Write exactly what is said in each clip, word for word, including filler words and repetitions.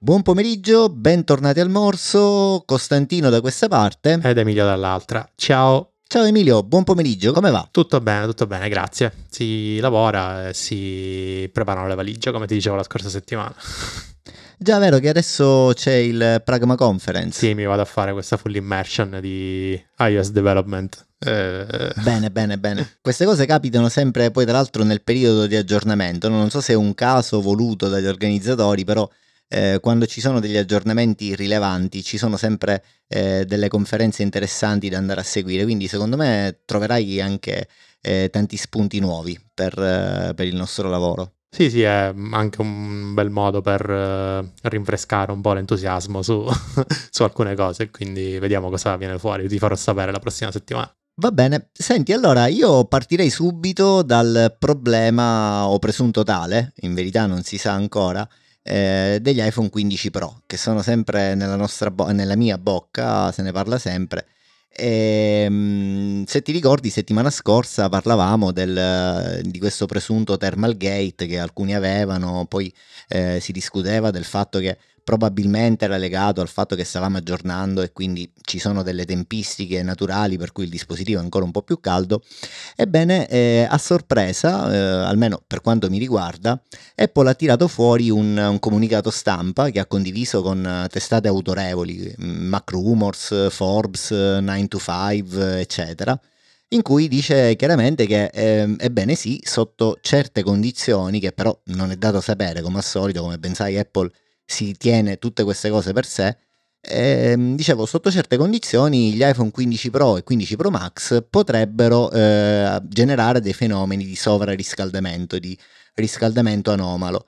Buon pomeriggio, bentornati al Morso, Costantino da questa parte. Ed Emilio dall'altra. Ciao. Ciao Emilio, buon pomeriggio, come va? Tutto bene, tutto bene, grazie. Si lavora e si preparano le valigie, come ti dicevo la scorsa settimana. Già, vero che adesso c'è il Pragma Conference. Sì, mi vado a fare questa full immersion di iOS development. Eh... Bene, bene, bene. Queste cose capitano sempre poi tra l'altro nel periodo di aggiornamento. Non so se è un caso voluto dagli organizzatori, però eh, quando ci sono degli aggiornamenti rilevanti ci sono sempre eh, delle conferenze interessanti da andare a seguire. Quindi secondo me troverai anche eh, tanti spunti nuovi per, eh, per il nostro lavoro. Sì, sì, è anche un bel modo per uh, rinfrescare un po' l'entusiasmo su, su alcune cose, quindi vediamo cosa viene fuori, ti farò sapere la prossima settimana. Va bene, senti, allora io partirei subito dal problema o presunto tale, in verità non si sa ancora, eh, degli iPhone quindici Pro, che sono sempre nella, nostra bo- nella mia bocca, se ne parla sempre. E, mh, se ti ricordi, settimana scorsa parlavamo del, di questo presunto thermal gate che alcuni avevano, poi eh, si discuteva del fatto che probabilmente era legato al fatto che stavamo aggiornando e quindi ci sono delle tempistiche naturali per cui il dispositivo è ancora un po' più caldo. Ebbene, eh, a sorpresa, eh, almeno per quanto mi riguarda, Apple ha tirato fuori un, un comunicato stampa che ha condiviso con testate autorevoli, MacRumors, Forbes, nine to five, eccetera, in cui dice chiaramente che eh, ebbene sì, sotto certe condizioni, che però non è dato sapere, come al solito, come ben sai Apple si tiene tutte queste cose per sé, eh, dicevo, sotto certe condizioni gli iPhone quindici Pro e quindici Pro Max potrebbero eh, generare dei fenomeni di sovrariscaldamento, di riscaldamento anomalo.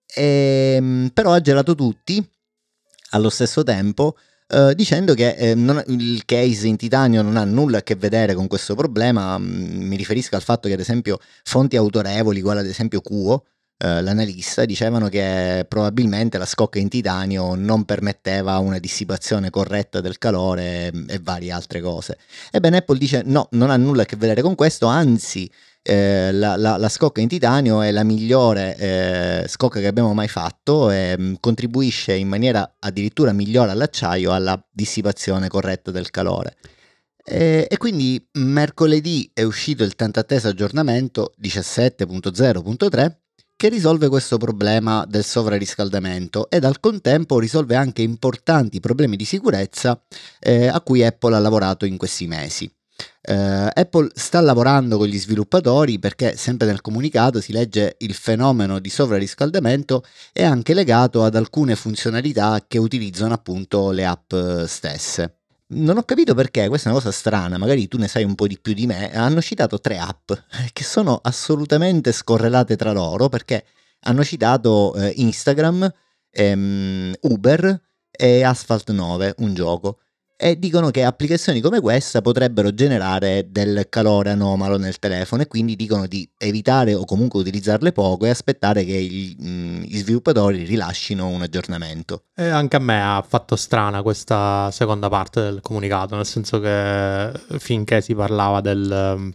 E, però ha gelato tutti allo stesso tempo, eh, dicendo che eh, non, il case in titanio non ha nulla a che vedere con questo problema. Mi riferisco al fatto che ad esempio fonti autorevoli, quale ad esempio Cuo, Uh, l'analista, dicevano che probabilmente la scocca in titanio non permetteva una dissipazione corretta del calore e, e varie altre cose. Ebbene, Apple dice no, non ha nulla a che vedere con questo, anzi eh, la, la, la scocca in titanio è la migliore eh, scocca che abbiamo mai fatto e mh, contribuisce in maniera addirittura migliore all'acciaio alla dissipazione corretta del calore. E, e quindi mercoledì è uscito il tanto atteso aggiornamento diciassette punto zero punto tre che risolve questo problema del sovrariscaldamento ed al contempo risolve anche importanti problemi di sicurezza eh, a cui Apple ha lavorato in questi mesi. Eh, Apple sta lavorando con gli sviluppatori perché sempre nel comunicato si legge il fenomeno di sovrariscaldamento è anche legato ad alcune funzionalità che utilizzano appunto le app stesse. Non ho capito perché, questa è una cosa strana, magari tu ne sai un po' di più di me. Hanno citato tre app che sono assolutamente scorrelate tra loro, perché hanno citato eh, Instagram, ehm, Uber e Asphalt nove, un gioco, e dicono che applicazioni come questa potrebbero generare del calore anomalo nel telefono e quindi dicono di evitare o comunque utilizzarle poco e aspettare che gli, mh, gli sviluppatori rilascino un aggiornamento. E anche a me ha fatto strana questa seconda parte del comunicato, nel senso che finché si parlava del,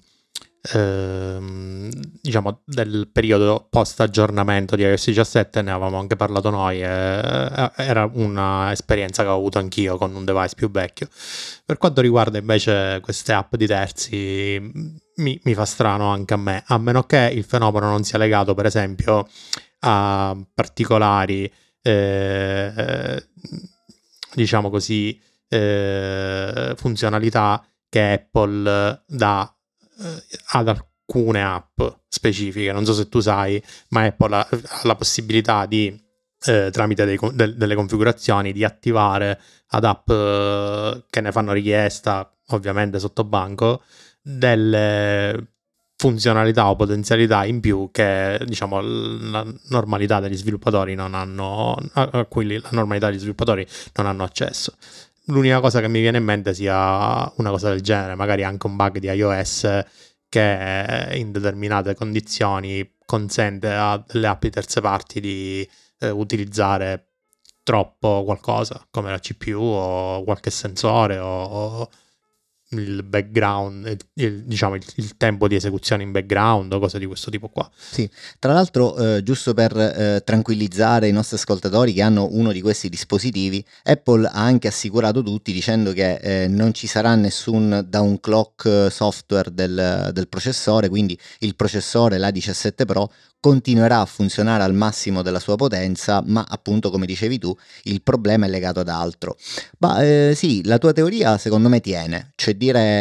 ehm, diciamo, del periodo post aggiornamento di iOS diciassette, ne avevamo anche parlato noi, e era una esperienza che ho avuto anch'io con un device più vecchio. Per quanto riguarda invece queste app di terzi, mi, mi fa strano anche a me, a meno che il fenomeno non sia legato per esempio a particolari eh, diciamo così eh, funzionalità che Apple dà eh, ad alcune app specifiche. Non so se tu sai, ma Apple ha, ha la possibilità di eh, tramite dei, de, delle configurazioni di attivare ad app eh, che ne fanno richiesta, ovviamente sotto banco, delle funzionalità o potenzialità in più che, diciamo, la normalità degli sviluppatori non hanno, a cui la normalità degli sviluppatori non hanno accesso. L'unica cosa che mi viene in mente sia una cosa del genere, magari anche un bug di iOS che in determinate condizioni consente a delle app di terze parti di eh, utilizzare troppo qualcosa, come la C P U o qualche sensore o, o il background, il, il, diciamo il, il tempo di esecuzione in background o cose di questo tipo qua. Sì, tra l'altro eh, giusto per eh, tranquillizzare i nostri ascoltatori che hanno uno di questi dispositivi, Apple ha anche assicurato tutti dicendo che eh, non ci sarà nessun downclock software del, del processore, quindi il processore, l'A diciassette Pro, continuerà a funzionare al massimo della sua potenza, ma appunto come dicevi tu il problema è legato ad altro. Ma eh, sì, la tua teoria secondo me tiene, cioè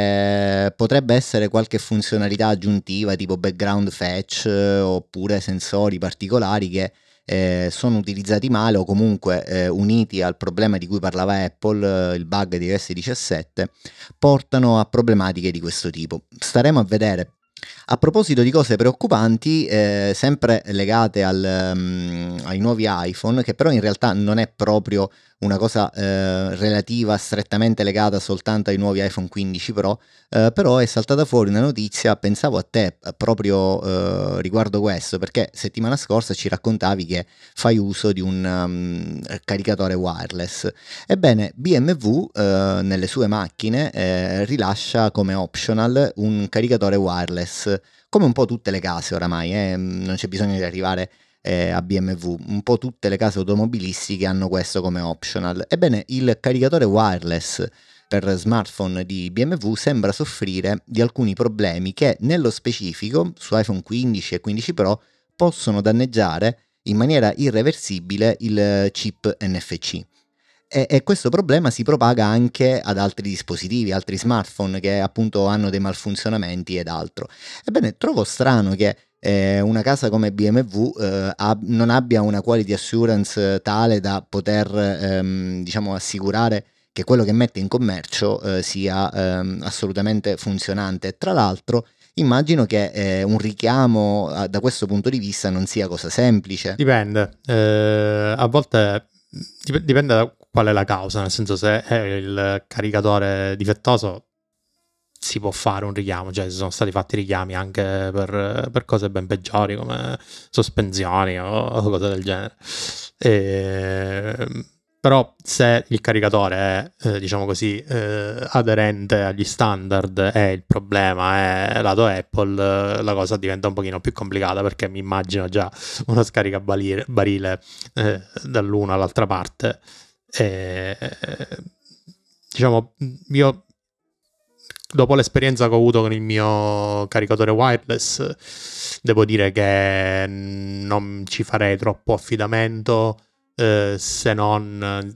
dire potrebbe essere qualche funzionalità aggiuntiva tipo background fetch eh, oppure sensori particolari che eh, sono utilizzati male o comunque eh, uniti al problema di cui parlava Apple, eh, il bug di iOS diciassette, portano a problematiche di questo tipo. Staremo a vedere. A proposito di cose preoccupanti, eh, sempre legate al, um, ai nuovi iPhone, che però in realtà non è proprio una cosa eh, relativa, strettamente legata soltanto ai nuovi iPhone quindici Pro, eh, però è saltata fuori una notizia, pensavo a te proprio eh, riguardo questo, perché settimana scorsa ci raccontavi che fai uso di un um, caricatore wireless. Ebbene, B M W eh, nelle sue macchine eh, rilascia come optional un caricatore wireless, come un po' tutte le case oramai, eh, non c'è bisogno di arrivare eh, a B M W, un po' tutte le case automobilistiche hanno questo come optional. Ebbene, il caricatore wireless per smartphone di B M W sembra soffrire di alcuni problemi che nello specifico su iPhone quindici e quindici Pro possono danneggiare in maniera irreversibile il chip N F C. E, e questo problema si propaga anche ad altri dispositivi, altri smartphone che appunto hanno dei malfunzionamenti ed altro. Ebbene, trovo strano che eh, una casa come B M W eh, ab- non abbia una quality assurance tale da poter ehm, diciamo assicurare che quello che mette in commercio eh, sia ehm, assolutamente funzionante. Tra l'altro immagino che eh, un richiamo eh, da questo punto di vista non sia cosa semplice. Dipende, eh, a volte dip- dipende da qual è la causa, nel senso se è il caricatore difettoso si può fare un richiamo, cioè ci sono stati fatti richiami anche per, per cose ben peggiori come sospensioni o, o cose del genere. E, però se il caricatore è, eh, diciamo così, eh, aderente agli standard e il problema è lato Apple, la cosa diventa un pochino più complicata, perché mi immagino già uno scaricabarile barile, eh, dall'una all'altra parte. E, diciamo, io dopo l'esperienza che ho avuto con il mio caricatore wireless, devo dire che non ci farei troppo affidamento, eh, se non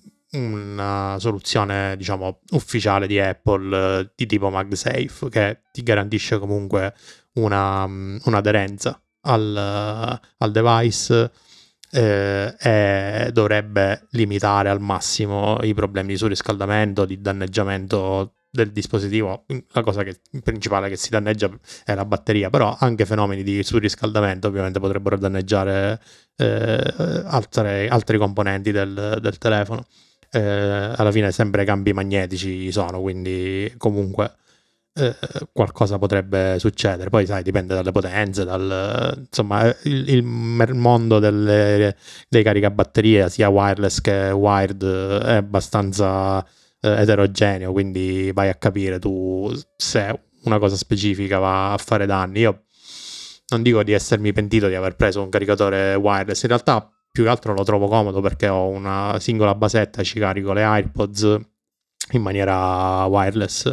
una soluzione, diciamo, ufficiale di Apple, eh, di tipo MagSafe, che ti garantisce comunque una, un'aderenza al, al device, eh, e dovrebbe limitare al massimo i problemi di surriscaldamento, di danneggiamento del dispositivo. La cosa che, principale che si danneggia è la batteria, però anche fenomeni di surriscaldamento ovviamente potrebbero danneggiare eh, altre, altri componenti del, del telefono. Eh, alla fine sempre cambi magnetici sono, quindi comunque eh, qualcosa potrebbe succedere. Poi sai, dipende dalle potenze, dal, insomma il, il mondo delle, dei caricabatterie sia wireless che wired è abbastanza eh, eterogeneo, quindi vai a capire tu se una cosa specifica va a fare danni. Io non dico di essermi pentito di aver preso un caricatore wireless, in realtà più che altro lo trovo comodo perché ho una singola basetta, ci carico le AirPods in maniera wireless.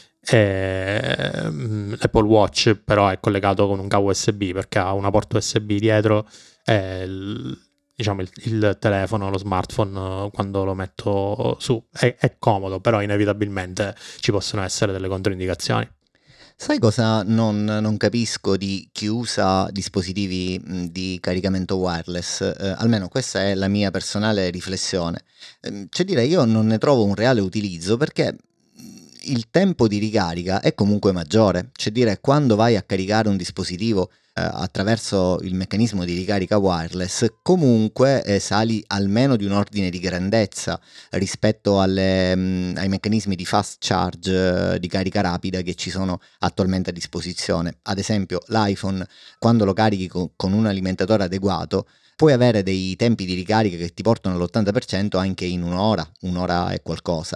E l'Apple Watch però è collegato con un cavo U S B perché ha una porta U S B dietro, e il, diciamo il, il telefono, lo smartphone, quando lo metto su è, è comodo, però inevitabilmente ci possono essere delle controindicazioni. Sai cosa non, non capisco di chi usa dispositivi mh, di caricamento wireless? Eh, almeno questa è la mia personale riflessione. Eh, cioè dire, io non ne trovo un reale utilizzo perché il tempo di ricarica è comunque maggiore. Cioè dire, quando vai a caricare un dispositivo eh, attraverso il meccanismo di ricarica wireless, comunque eh, sali almeno di un ordine di grandezza rispetto alle, mh, ai meccanismi di fast charge, eh, di carica rapida che ci sono attualmente a disposizione. Ad esempio l'iPhone, quando lo carichi co- con un alimentatore adeguato, puoi avere dei tempi di ricarica che ti portano all'ottanta per cento anche in un'ora, un'ora e qualcosa.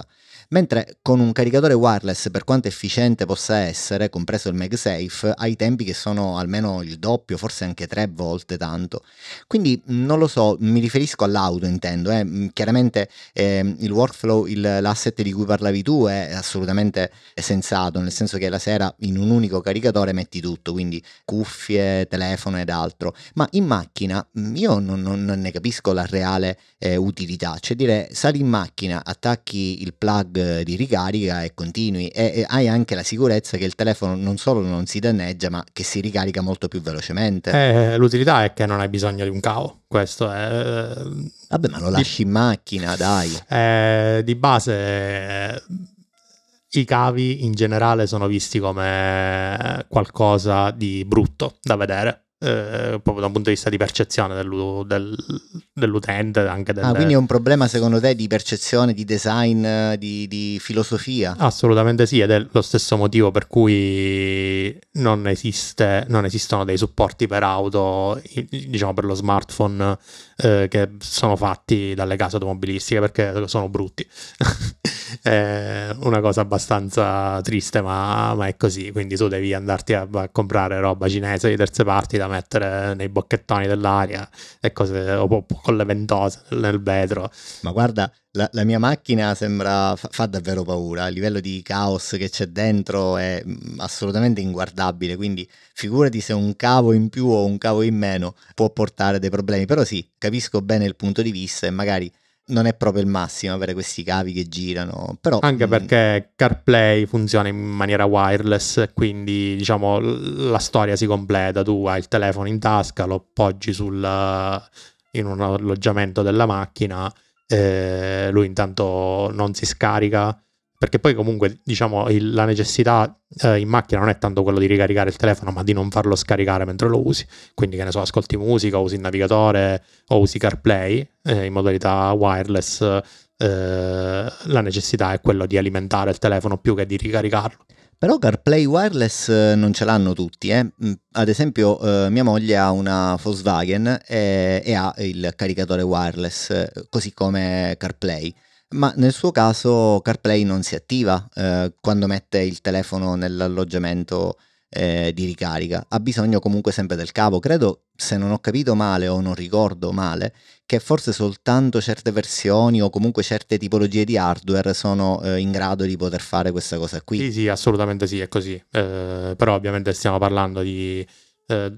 mentre con un caricatore wireless, per quanto efficiente possa essere, compreso il MagSafe, ha i tempi che sono almeno il doppio, forse anche tre volte tanto. Quindi non lo so, mi riferisco all'auto intendo, eh. Chiaramente eh, il workflow, il, l'asset di cui parlavi tu è assolutamente sensato, nel senso che la sera in un unico caricatore metti tutto, quindi cuffie, telefono ed altro, ma in macchina io non, non, non ne capisco la reale eh, utilità, cioè dire sali in macchina, attacchi il plug di ricarica e continui e, e hai anche la sicurezza che il telefono non solo non si danneggia ma che si ricarica molto più velocemente. Eh, l'utilità è che non hai bisogno di un cavo, questo è... Vabbè, ma lo lasci di, in macchina, dai. Eh, di base eh, i cavi in generale sono visti come qualcosa di brutto da vedere. Eh, proprio da un punto di vista di percezione dell'u- del, dell'utente anche delle... Ah, quindi è un problema secondo te di percezione, di design, di, di filosofia? Assolutamente sì, ed è lo stesso motivo per cui non esiste, non esistono dei supporti per auto, diciamo per lo smartphone, eh, che sono fatti dalle case automobilistiche, perché sono brutti. È una cosa abbastanza triste, ma, ma è così. Quindi tu devi andarti a, a comprare roba cinese di terze parti da mettere nei bocchettoni dell'aria e cose, o, o con le ventose nel vetro. Ma guarda, la, la mia macchina sembra fa, fa davvero paura. Il livello di caos che c'è dentro è assolutamente inguardabile. Quindi figurati se un cavo in più o un cavo in meno può portare dei problemi. Però sì, capisco bene il punto di vista e magari non è proprio il massimo avere questi cavi che girano, però... Anche mh... perché CarPlay funziona in maniera wireless, quindi diciamo la storia si completa, tu hai il telefono in tasca, lo appoggi sul, in un alloggiamento della macchina, eh, lui intanto non si scarica, perché poi comunque diciamo il, la necessità eh, in macchina non è tanto quello di ricaricare il telefono, ma di non farlo scaricare mentre lo usi, quindi che ne so, ascolti musica, usi il navigatore o usi CarPlay eh, in modalità wireless, eh, la necessità è quello di alimentare il telefono più che di ricaricarlo. Però CarPlay wireless non ce l'hanno tutti, eh. Ad esempio eh, mia moglie ha una Volkswagen e, e ha il caricatore wireless, così come CarPlay. Ma nel suo caso CarPlay non si attiva eh, quando mette il telefono nell'alloggiamento eh, di ricarica, ha bisogno comunque sempre del cavo. Credo, se non ho capito male o non ricordo male, che forse soltanto certe versioni o comunque certe tipologie di hardware sono eh, in grado di poter fare questa cosa qui. Sì, sì, assolutamente sì, è così. Eh, però ovviamente stiamo parlando di, eh,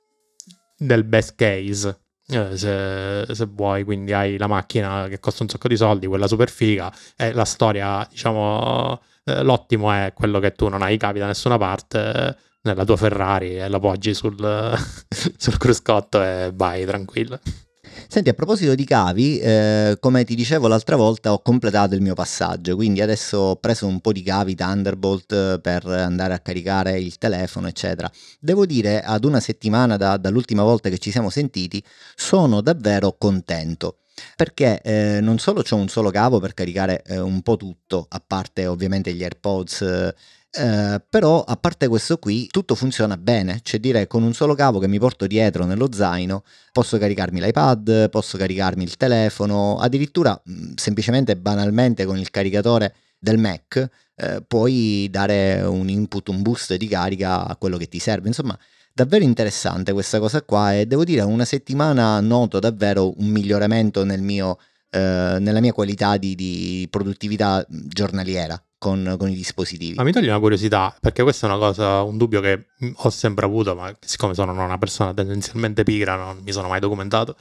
del best case. Eh, se, se vuoi, quindi hai la macchina che costa un sacco di soldi, quella super figa, e la storia, diciamo, eh, l'ottimo è quello che tu non hai i cavi da nessuna parte eh, nella tua Ferrari e la poggi sul, sul cruscotto e vai tranquillo. Senti, a proposito di cavi, eh, come ti dicevo l'altra volta ho completato il mio passaggio, quindi adesso ho preso un po' di cavi Thunderbolt per andare a caricare il telefono, eccetera. Devo dire, ad una settimana da, dall'ultima volta che ci siamo sentiti, sono davvero contento. Perché eh, non solo c'ho un solo cavo per caricare eh, un po' tutto, a parte ovviamente gli AirPods, eh, eh, però a parte questo qui tutto funziona bene, cioè dire con un solo cavo che mi porto dietro nello zaino posso caricarmi l'iPad, posso caricarmi il telefono, addirittura mh, semplicemente banalmente con il caricatore del Mac eh, puoi dare un input, un boost di carica a quello che ti serve, insomma. Davvero interessante questa cosa qua e devo dire una settimana noto davvero un miglioramento nel mio, eh, nella mia qualità di, di produttività giornaliera con, con i dispositivi. Ma mi toglie una curiosità, perché questa è una cosa, un dubbio che ho sempre avuto, ma siccome sono una persona tendenzialmente pigra non mi sono mai documentato.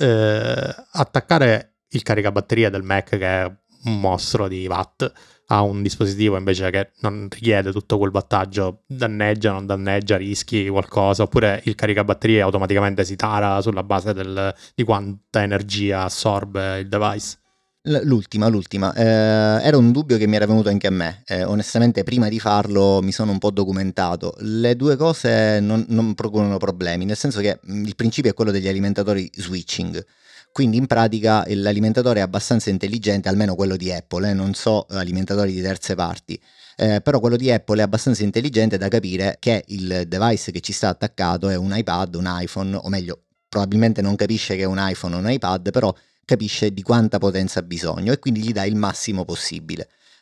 Eh, attaccare il caricabatteria del Mac, che è un mostro di watt, a un dispositivo invece che non richiede tutto quel wattaggio, danneggia, non danneggia, rischi qualcosa, oppure il caricabatterie automaticamente si tara sulla base del, di quanta energia assorbe il device? L'ultima, l'ultima, eh, era un dubbio che mi era venuto anche a me, eh, onestamente prima di farlo mi sono un po' documentato, le due cose non, non procurano problemi, nel senso che il principio è quello degli alimentatori switching. Quindi in pratica l'alimentatore è abbastanza intelligente, almeno quello di Apple, eh, non so alimentatori di terze parti, eh, però quello di Apple è abbastanza intelligente da capire che il device che ci sta attaccato è un iPad, un iPhone, o meglio, probabilmente non capisce che è un iPhone o un iPad, però capisce di quanta potenza ha bisogno e quindi gli dà il massimo possibile.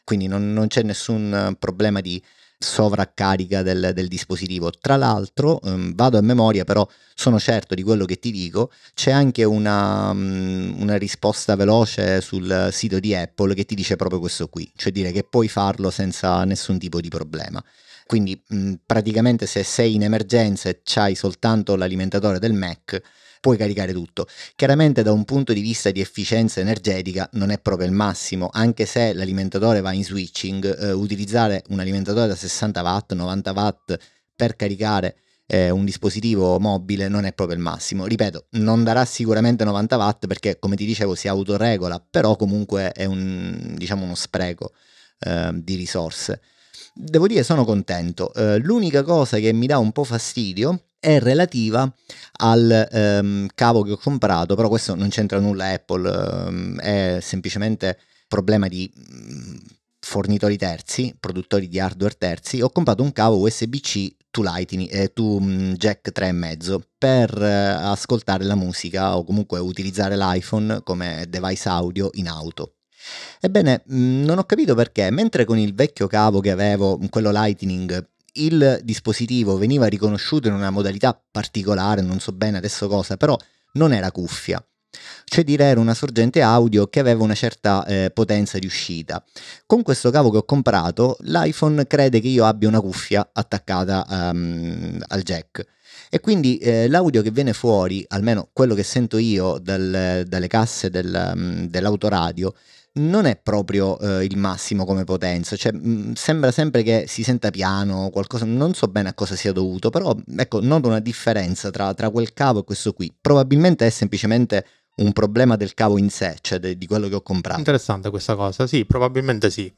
quindi non, non c'è nessun problema di sovraccarica del, del dispositivo. Tra l'altro, ehm, vado a memoria, però sono certo di quello che ti dico, c'è anche una, um, una risposta veloce sul sito di Apple che ti dice proprio questo qui, cioè dire che puoi farlo senza nessun tipo di problema. Quindi mh, praticamente se sei in emergenza e c'hai soltanto l'alimentatore del Mac, puoi caricare tutto. Chiaramente da un punto di vista di efficienza energetica non è proprio il massimo, anche se l'alimentatore va in switching, eh, utilizzare un alimentatore da sessanta watt, novanta watt per caricare eh, un dispositivo mobile non è proprio il massimo. Ripeto, non darà sicuramente novanta watt perché, come ti dicevo, si autoregola, però comunque è un, diciamo, uno spreco eh, di risorse. Devo dire, sono contento. Eh, l'unica cosa che mi dà un po' fastidio è relativa al ehm, cavo che ho comprato, però questo non c'entra nulla Apple, ehm, è semplicemente problema di mh, fornitori terzi, produttori di hardware terzi. Ho comprato un cavo U S B C to Lightning, eh, to mh, jack tre e mezzo per eh, ascoltare la musica o comunque utilizzare l'iPhone come device audio in auto. Ebbene, mh, non ho capito perché, mentre con il vecchio cavo che avevo, quello Lightning, il dispositivo veniva riconosciuto in una modalità particolare, non so bene adesso cosa, però non era cuffia. Cioè dire era una sorgente audio che aveva una certa eh, potenza di uscita. Con questo cavo che ho comprato, l'iPhone crede che io abbia una cuffia attaccata um, al jack. E quindi eh, l'audio che viene fuori, almeno quello che sento io dal, dalle casse del, um, dell'autoradio, non è proprio eh, il massimo come potenza, cioè mh, sembra sempre che si senta piano, qualcosa, non so bene a cosa sia dovuto, però ecco, noto una differenza tra, tra quel cavo e questo qui. Probabilmente è semplicemente un problema del cavo in sé, cioè de, di quello che ho comprato. Interessante questa cosa, sì, probabilmente sì.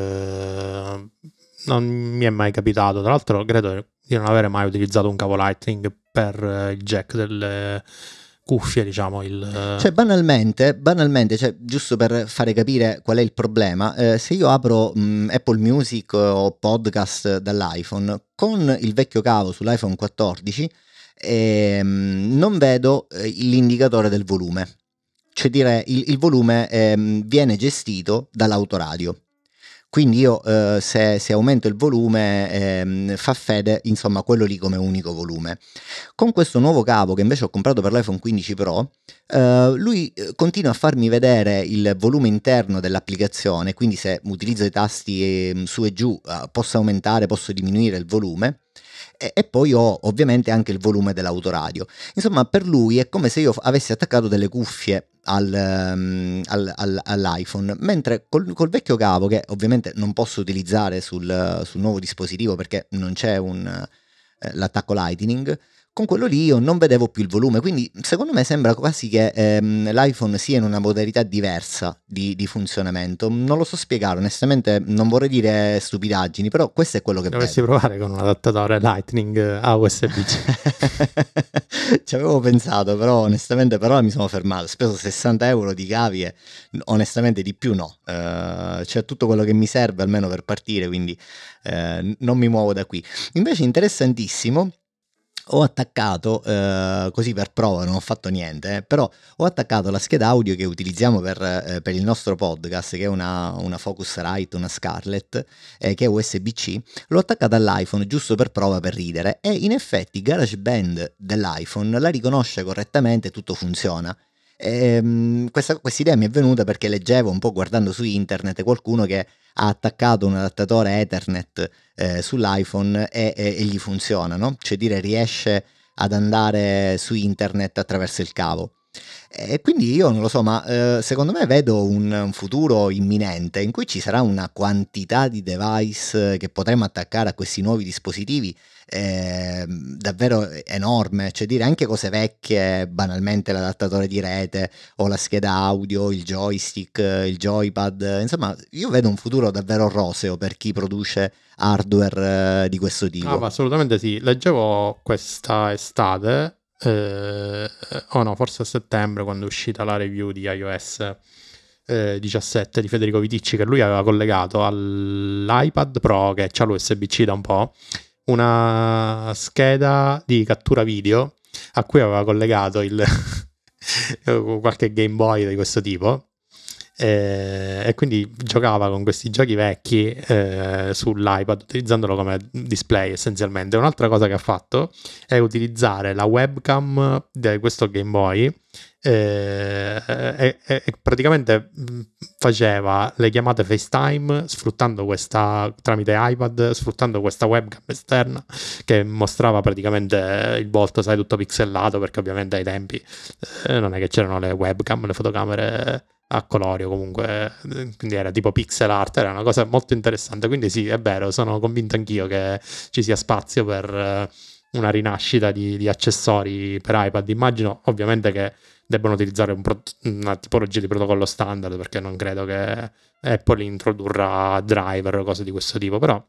Eh, non mi è mai capitato, tra l'altro credo di non avere mai utilizzato un cavo Lightning per il jack delle cuffie, diciamo. Il... Cioè banalmente, banalmente cioè, giusto per fare capire qual è il problema, eh, se io apro mh, Apple Music o podcast dall'iPhone con il vecchio cavo sull'iPhone quattordici, ehm, non vedo eh, l'indicatore del volume, cioè dire il, il volume ehm, viene gestito dall'autoradio. Quindi io eh, se, se aumento il volume ehm, fa fede, insomma, quello lì come unico volume. Con questo nuovo cavo che invece ho comprato per l'iPhone quindici Pro, eh, lui continua a farmi vedere il volume interno dell'applicazione, quindi se utilizzo i tasti eh, su e giù eh, posso aumentare, posso diminuire il volume. E, e poi ho ovviamente anche il volume dell'autoradio. Insomma, per lui è come se io avessi attaccato delle cuffie al, um, al, al, all'iPhone, mentre col, col vecchio cavo, che ovviamente non posso utilizzare sul, sul nuovo dispositivo perché non c'è un, eh, l'attacco Lightning, con quello lì io non vedevo più il volume, quindi secondo me sembra quasi che ehm, l'iPhone sia in una modalità diversa di, di funzionamento. Non lo so spiegare, onestamente non vorrei dire stupidaggini, però questo è quello che Dovresti vedo. provare con un adattatore Lightning a U S B C. Ci avevo pensato, però onestamente per ora mi sono fermato. Ho speso sessanta euro di cavi e onestamente di più no. Uh, c'è tutto quello che mi serve almeno per partire, quindi uh, non mi muovo da qui. Invece interessantissimo, ho attaccato, eh, così per prova, non ho fatto niente, eh, però ho attaccato la scheda audio che utilizziamo per, eh, per il nostro podcast, che è una, una Focusrite, una Scarlett, eh, che è U S B C, l'ho attaccata all'iPhone giusto per prova, per ridere, e in effetti GarageBand dell'iPhone la riconosce correttamente, tutto funziona. E, questa idea mi è venuta perché leggevo un po' guardando su internet qualcuno che ha attaccato un adattatore Ethernet eh, sull'iPhone e, e, e gli funziona, no? Cioè dire riesce ad andare su internet attraverso il cavo. E quindi io non lo so, ma eh, secondo me vedo un, un futuro imminente in cui ci sarà una quantità di device che potremo attaccare a questi nuovi dispositivi eh, davvero enorme, cioè dire anche cose vecchie, banalmente l'adattatore di rete o la scheda audio, il joystick, il joypad, insomma io vedo un futuro davvero roseo per chi produce hardware eh, di questo tipo. Ah, assolutamente sì, leggevo questa estate, eh, oh no, forse a settembre, quando è uscita la review di iOS eh, diciassette di Federico Viticci, che lui aveva collegato all'iPad Pro, che c'ha l'U S B C da un po', una scheda di cattura video a cui aveva collegato il qualche Game Boy di questo tipo, e, e quindi giocava con questi giochi vecchi eh, sull'iPad utilizzandolo come display essenzialmente. Un'altra cosa che ha fatto è utilizzare la webcam di questo Game Boy eh, e, e, e praticamente faceva le chiamate FaceTime sfruttando questa, tramite iPad, sfruttando questa webcam esterna che mostrava praticamente il volto, sai, tutto pixelato, perché ovviamente ai tempi eh, non è che c'erano le webcam, le fotocamere a colori o comunque, quindi era tipo pixel art, era una cosa molto interessante. Quindi sì, è vero, sono convinto anch'io che ci sia spazio per una rinascita di, di accessori per iPad. Immagino ovviamente che debbano utilizzare un pro- una tipologia di protocollo standard, perché non credo che Apple introdurrà driver o cose di questo tipo, però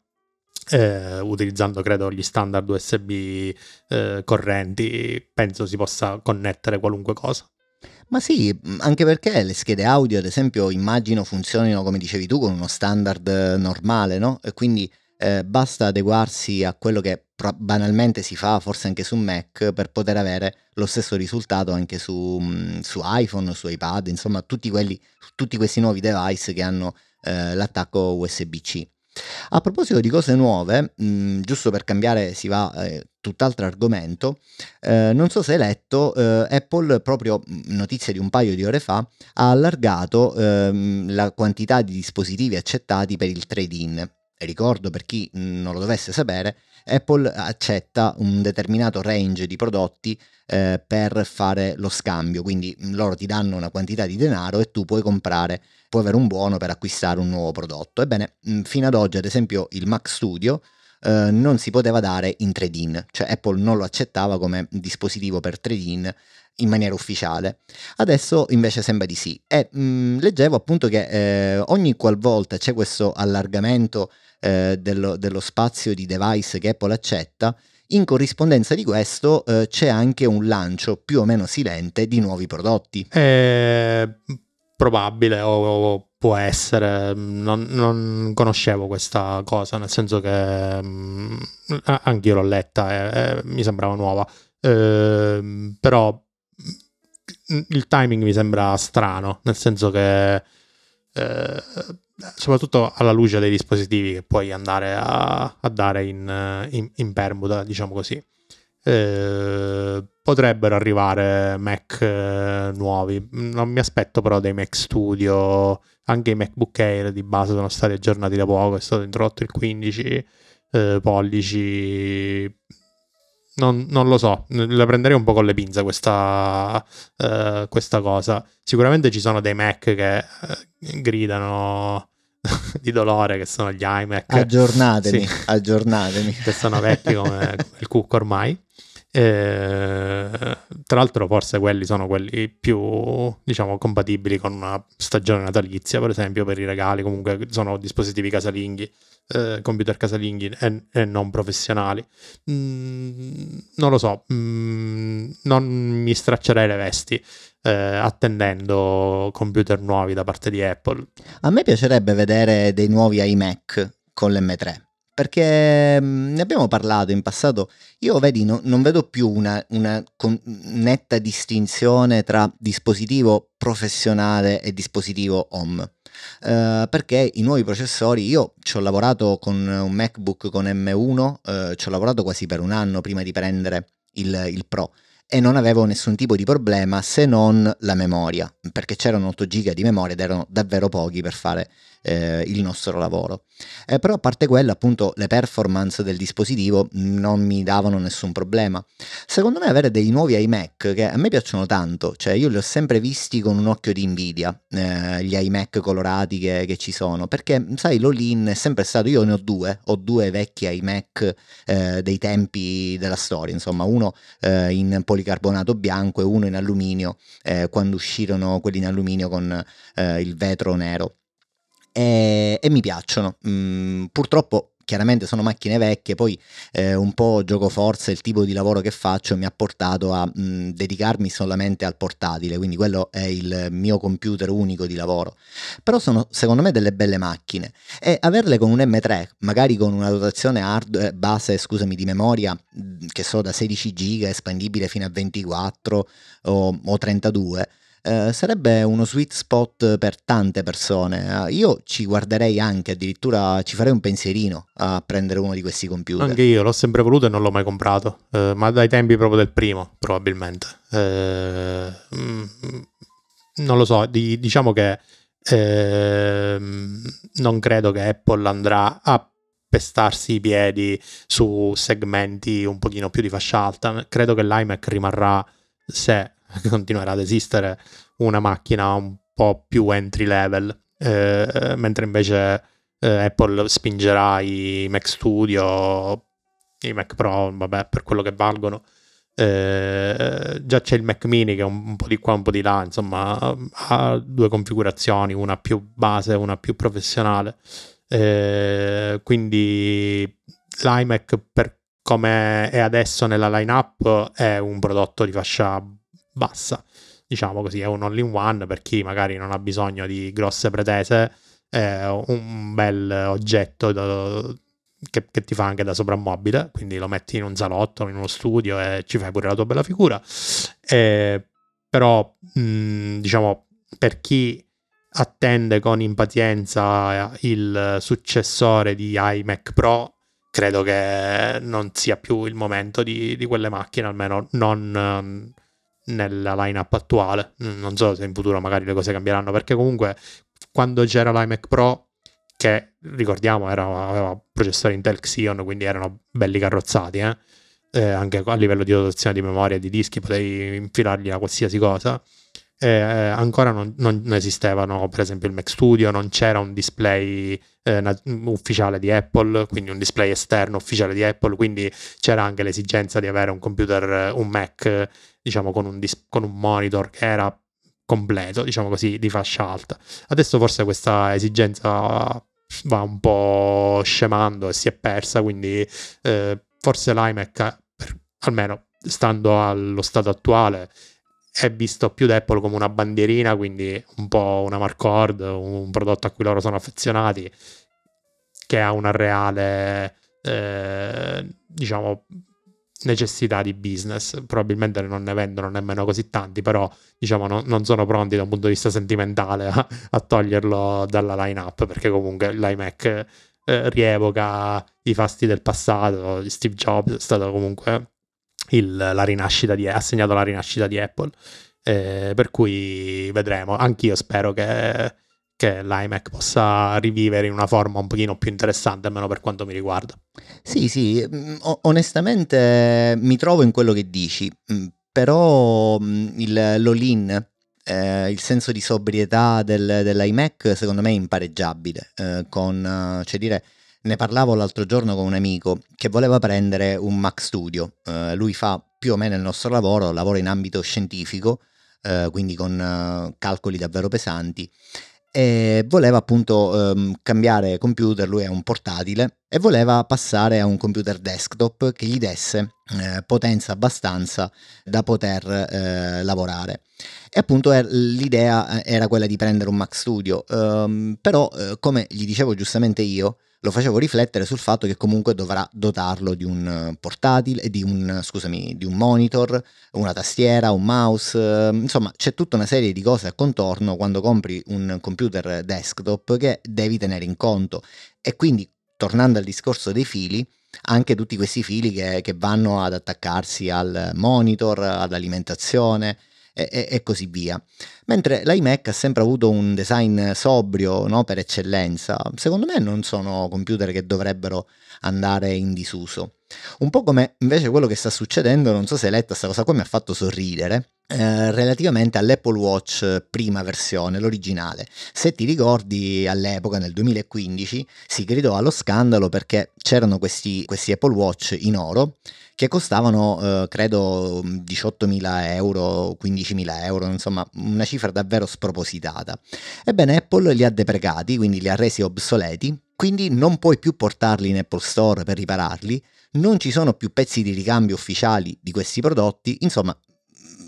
eh, utilizzando credo gli standard U S B eh, correnti penso si possa connettere qualunque cosa. Ma sì, anche perché le schede audio, ad esempio, immagino funzionino, come dicevi tu, con uno standard normale, no? E quindi eh, basta adeguarsi a quello che pro- banalmente si fa, forse anche su Mac, per poter avere lo stesso risultato anche su, mh, su iPhone, su iPad, insomma, tutti, quelli, tutti questi nuovi device che hanno eh, l'attacco U S B C. A proposito di cose nuove, mh, giusto per cambiare, si va eh, tutt'altro argomento, eh, non so se hai letto, eh, Apple proprio, notizia di un paio di ore fa, ha allargato ehm, la quantità di dispositivi accettati per il trade-in. E ricordo, per chi non lo dovesse sapere, Apple accetta un determinato range di prodotti eh, per fare lo scambio, quindi loro ti danno una quantità di denaro e tu puoi comprare, puoi avere un buono per acquistare un nuovo prodotto. Ebbene, fino ad oggi, ad esempio, il Mac Studio eh, non si poteva dare in trade-in, cioè Apple non lo accettava come dispositivo per trade-in in maniera ufficiale. Adesso invece sembra di sì. E mh, leggevo appunto che eh, ogni qualvolta c'è questo allargamento eh, dello, dello spazio di device che Apple accetta, in corrispondenza di questo eh, c'è anche un lancio più o meno silente di nuovi prodotti. È probabile o, o può essere, non, non conoscevo questa cosa, nel senso che mh, anch'io l'ho letta e, e mi sembrava nuova, eh, però il timing mi sembra strano, nel senso che eh, soprattutto alla luce dei dispositivi che puoi andare a, a dare in, in, in permuta, diciamo così. Eh, potrebbero arrivare Mac eh, nuovi, non mi aspetto però dei Mac Studio, anche i MacBook Air di base sono stati aggiornati da poco, è stato introdotto il quindici eh, pollici. Non, non lo so, la prenderei un po' con le pinze questa, uh, questa cosa. Sicuramente ci sono dei Mac che uh, gridano di dolore, che sono gli iMac. Aggiornatemi, sì, aggiornatemi. che sono vecchi come il cucco ormai. E, tra l'altro forse quelli sono quelli più, diciamo, compatibili con una stagione natalizia, per esempio, per i regali. Comunque sono dispositivi casalinghi, eh, computer casalinghi e, e non professionali. Mm, non lo so, mm, non mi straccerei le vesti eh, attendendo computer nuovi da parte di Apple. A me piacerebbe vedere dei nuovi iMac con l'emme tre, perché mh, ne abbiamo parlato in passato. Io vedi, no, non vedo più una, una con, netta distinzione tra dispositivo professionale e dispositivo home, uh, perché i nuovi processori, io ci ho lavorato con un MacBook con emme uno, uh, ci ho lavorato quasi per un anno prima di prendere il, il Pro, e non avevo nessun tipo di problema se non la memoria, perché c'erano otto giga di memoria ed erano davvero pochi per fare eh, il nostro lavoro. Eh, però a parte quello, appunto, le performance del dispositivo non mi davano nessun problema. Secondo me avere dei nuovi iMac, che a me piacciono tanto, cioè io li ho sempre visti con un occhio di invidia, eh, gli iMac colorati che, che ci sono, perché sai, l'all-in è sempre stato, io ne ho due, ho due vecchi iMac eh, dei tempi della storia, insomma, uno eh, in policarbonato bianco e uno in alluminio, eh, quando uscirono quelli in alluminio con eh, il vetro nero. E, e mi piacciono. Mm, purtroppo chiaramente sono macchine vecchie, poi eh, un po' gioco forza, il tipo di lavoro che faccio mi ha portato a mh, dedicarmi solamente al portatile, quindi quello è il mio computer unico di lavoro. Però sono secondo me delle belle macchine, e averle con un emme tre, magari con una dotazione hard, base scusami, di memoria che so da sedici giga, espandibile fino a ventiquattro o, o trentadue, eh, sarebbe uno sweet spot per tante persone. Eh, io ci guarderei anche, addirittura ci farei un pensierino a prendere uno di questi computer. Anche io l'ho sempre voluto e non l'ho mai comprato, eh, ma dai tempi proprio del primo, probabilmente. Eh, mm, non lo so, di, diciamo che eh, non credo che Apple andrà a pestarsi i piedi su segmenti un pochino più di fascia alta. Credo che l'iMac rimarrà, se continuerà ad esistere, una macchina un po' più entry level, eh, mentre invece eh, Apple spingerà i Mac Studio, i Mac Pro, vabbè, per quello che valgono. Eh, già c'è il Mac Mini che è un, un po' di qua, un po' di là, insomma, ha due configurazioni, una più base, una più professionale. Eh, quindi l'iMac, per come è adesso nella lineup, è un prodotto di fascia bassa, diciamo così, è un all-in-one per chi magari non ha bisogno di grosse pretese, è un bel oggetto da, che, che ti fa anche da soprammobile, quindi lo metti in un salotto, in uno studio e ci fai pure la tua bella figura. Eh, però mh, diciamo, per chi attende con impazienza il successore di iMac Pro, credo che non sia più il momento di, di quelle macchine, almeno non nella lineup attuale. Non so se in futuro magari le cose cambieranno, perché comunque quando c'era l'iMac Pro, che ricordiamo era, aveva processori Intel Xeon, quindi erano belli carrozzati, eh? Eh, anche a livello di dotazione di memoria e di dischi potevi infilargli a qualsiasi cosa. Eh, ancora non, non esistevano, per esempio, il Mac Studio, non c'era un display eh, ufficiale di Apple, quindi un display esterno ufficiale di Apple, quindi c'era anche l'esigenza di avere un computer, un Mac, diciamo, con un, dis- con un monitor che era completo, diciamo così, di fascia alta. Adesso forse questa esigenza va un po' scemando e si è persa, quindi eh, forse l'iMac, per, almeno stando allo stato attuale, è visto più da Apple come una bandierina, quindi un po' una marcord, un prodotto a cui loro sono affezionati, che ha una reale eh, diciamo necessità di business. Probabilmente non ne vendono nemmeno così tanti, però diciamo no, non sono pronti da un punto di vista sentimentale a, a toglierlo dalla line-up, perché comunque l'iMac eh, rievoca i fasti del passato. Steve Jobs è stato comunque il, la rinascita di, ha segnato la rinascita di Apple, eh, per cui vedremo. Anch'io spero che, che l'iMac possa rivivere in una forma un pochino più interessante, almeno per quanto mi riguarda. Sì, sì, onestamente mi trovo in quello che dici, però il, l'all-in, eh, il senso di sobrietà del, dell'iMac secondo me è impareggiabile, eh, con, cioè dire, ne parlavo l'altro giorno con un amico che voleva prendere un Mac Studio, eh, lui fa più o meno il nostro lavoro, lavora in ambito scientifico, eh, quindi con uh, calcoli davvero pesanti, e voleva appunto ehm, cambiare computer. Lui è un portatile e voleva passare a un computer desktop che gli desse eh, potenza abbastanza da poter eh, lavorare, e appunto er- l'idea era quella di prendere un Mac Studio, ehm, però eh, come gli dicevo giustamente io, lo facevo riflettere sul fatto che comunque dovrà dotarlo di un portatile, di un, scusami, di un monitor, una tastiera, un mouse, eh, insomma c'è tutta una serie di cose a contorno quando compri un computer desktop che devi tenere in conto. E quindi, tornando al discorso dei fili, anche tutti questi fili che, che vanno ad attaccarsi al monitor, all'alimentazione e, e, e così via. Mentre l'iMac ha sempre avuto un design sobrio, no, per eccellenza. Secondo me non sono computer che dovrebbero andare in disuso. Un po' come invece quello che sta succedendo, non so se hai letto, questa cosa qua mi ha fatto sorridere, eh, relativamente all'Apple Watch prima versione, l'originale. Se ti ricordi, all'epoca, nel duemilaquindici, si gridò allo scandalo perché c'erano questi, questi Apple Watch in oro che costavano, eh, credo, diciottomila euro, quindicimila euro, insomma una cifra davvero spropositata. Ebbene, Apple li ha deprecati, quindi li ha resi obsoleti, quindi non puoi più portarli in Apple Store per ripararli, non ci sono più pezzi di ricambio ufficiali di questi prodotti, insomma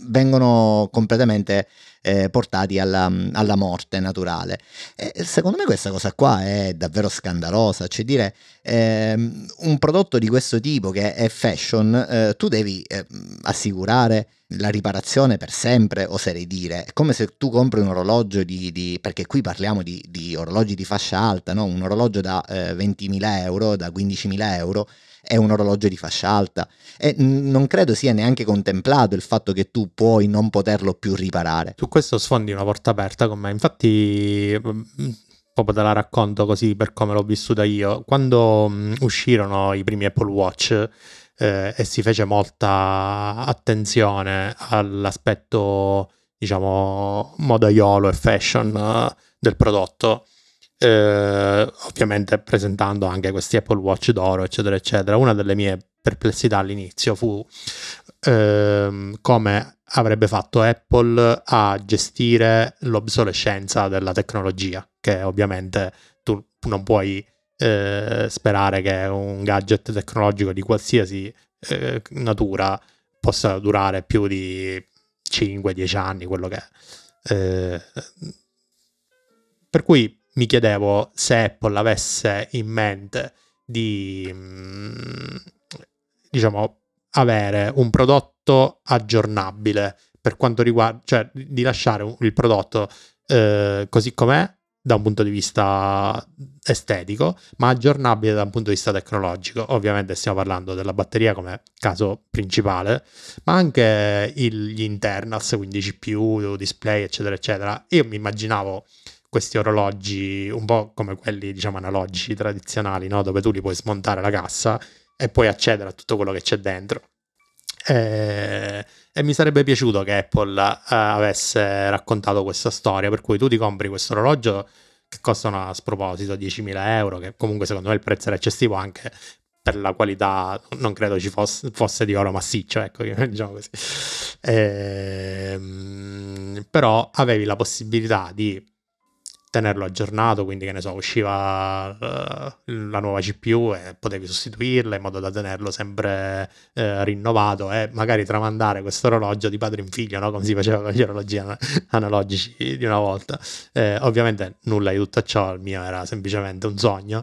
vengono completamente eh, portati alla, alla morte naturale. E secondo me questa cosa qua è davvero scandalosa, cioè dire ehm, un prodotto di questo tipo che è fashion, eh, tu devi eh, assicurare la riparazione per sempre, oserei dire. È come se tu compri un orologio di, di perché qui parliamo di, di orologi di fascia alta, no? Un orologio da eh, ventimila euro, da quindicimila euro, è un orologio di fascia alta e n- non credo sia neanche contemplato il fatto che tu puoi non poterlo più riparare. Su questo sfondi una porta aperta con me, infatti proprio te la racconto così per come l'ho vissuta io. Quando mh, uscirono i primi Apple Watch eh, e si fece molta attenzione all'aspetto, diciamo, modaiolo e fashion uh, del prodotto, eh, ovviamente presentando anche questi Apple Watch d'oro, eccetera, eccetera, una delle mie perplessità all'inizio fu ehm, come avrebbe fatto Apple a gestire l'obsolescenza della tecnologia, che ovviamente tu non puoi eh, sperare che un gadget tecnologico di qualsiasi eh, natura possa durare più di cinque dieci anni, quello che è. Eh, per cui mi chiedevo se Apple avesse in mente di, mh, diciamo, avere un prodotto aggiornabile per quanto riguarda, cioè di lasciare un, il prodotto eh, così com'è da un punto di vista estetico, ma aggiornabile da un punto di vista tecnologico. Ovviamente stiamo parlando della batteria come caso principale, ma anche il, gli internals, quindi C P U, display, eccetera, eccetera. Io mi immaginavo questi orologi un po' come quelli, diciamo, analogici, tradizionali, no? Dove tu li puoi smontare la cassa e poi accedere a tutto quello che c'è dentro. E, e mi sarebbe piaciuto che Apple eh, avesse raccontato questa storia, per cui tu ti compri questo orologio che costa a sproposito diecimila euro, che comunque secondo me il prezzo era eccessivo anche per la qualità, non credo ci fosse, fosse di oro massiccio, ecco, diciamo così. E, però avevi la possibilità di tenerlo aggiornato, quindi che ne so, usciva uh, la nuova C P U e potevi sostituirla in modo da tenerlo sempre uh, rinnovato e magari tramandare questo orologio di padre in figlio, no? Come si faceva con gli orologi an- analogici di una volta. Eh, ovviamente nulla di tutto ciò, il mio era semplicemente un sogno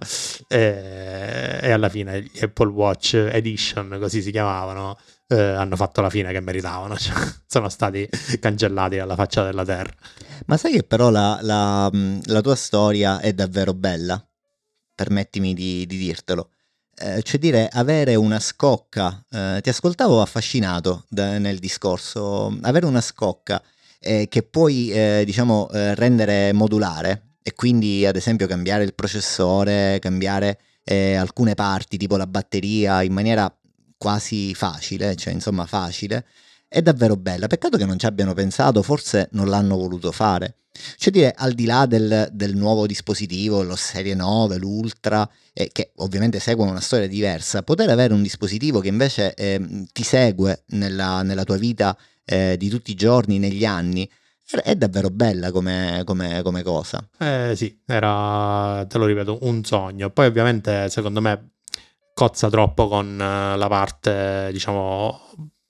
e, e alla fine gli Apple Watch Edition, così si chiamavano, eh, hanno fatto la fine che meritavano, cioè, sono stati cancellati dalla faccia della terra. Ma sai che però la, la, la tua storia è davvero bella? Permettimi di, di dirtelo. Eh, cioè dire, avere una scocca, eh, ti ascoltavo affascinato da, nel discorso, avere una scocca eh, che puoi, eh, diciamo, eh, rendere modulare e quindi ad esempio cambiare il processore, cambiare eh, alcune parti tipo la batteria in maniera quasi facile, cioè insomma facile, è davvero bella. Peccato che non ci abbiano pensato, forse non l'hanno voluto fare. Cioè dire, al di là del, del nuovo dispositivo, lo Serie nove, l'Ultra, eh, che ovviamente seguono una storia diversa, poter avere un dispositivo che invece eh, ti segue nella, nella tua vita eh, di tutti i giorni, negli anni, è davvero bella come, come, come cosa. Eh sì, era, te lo ripeto, un sogno. Poi ovviamente secondo me cozza troppo con la parte, diciamo,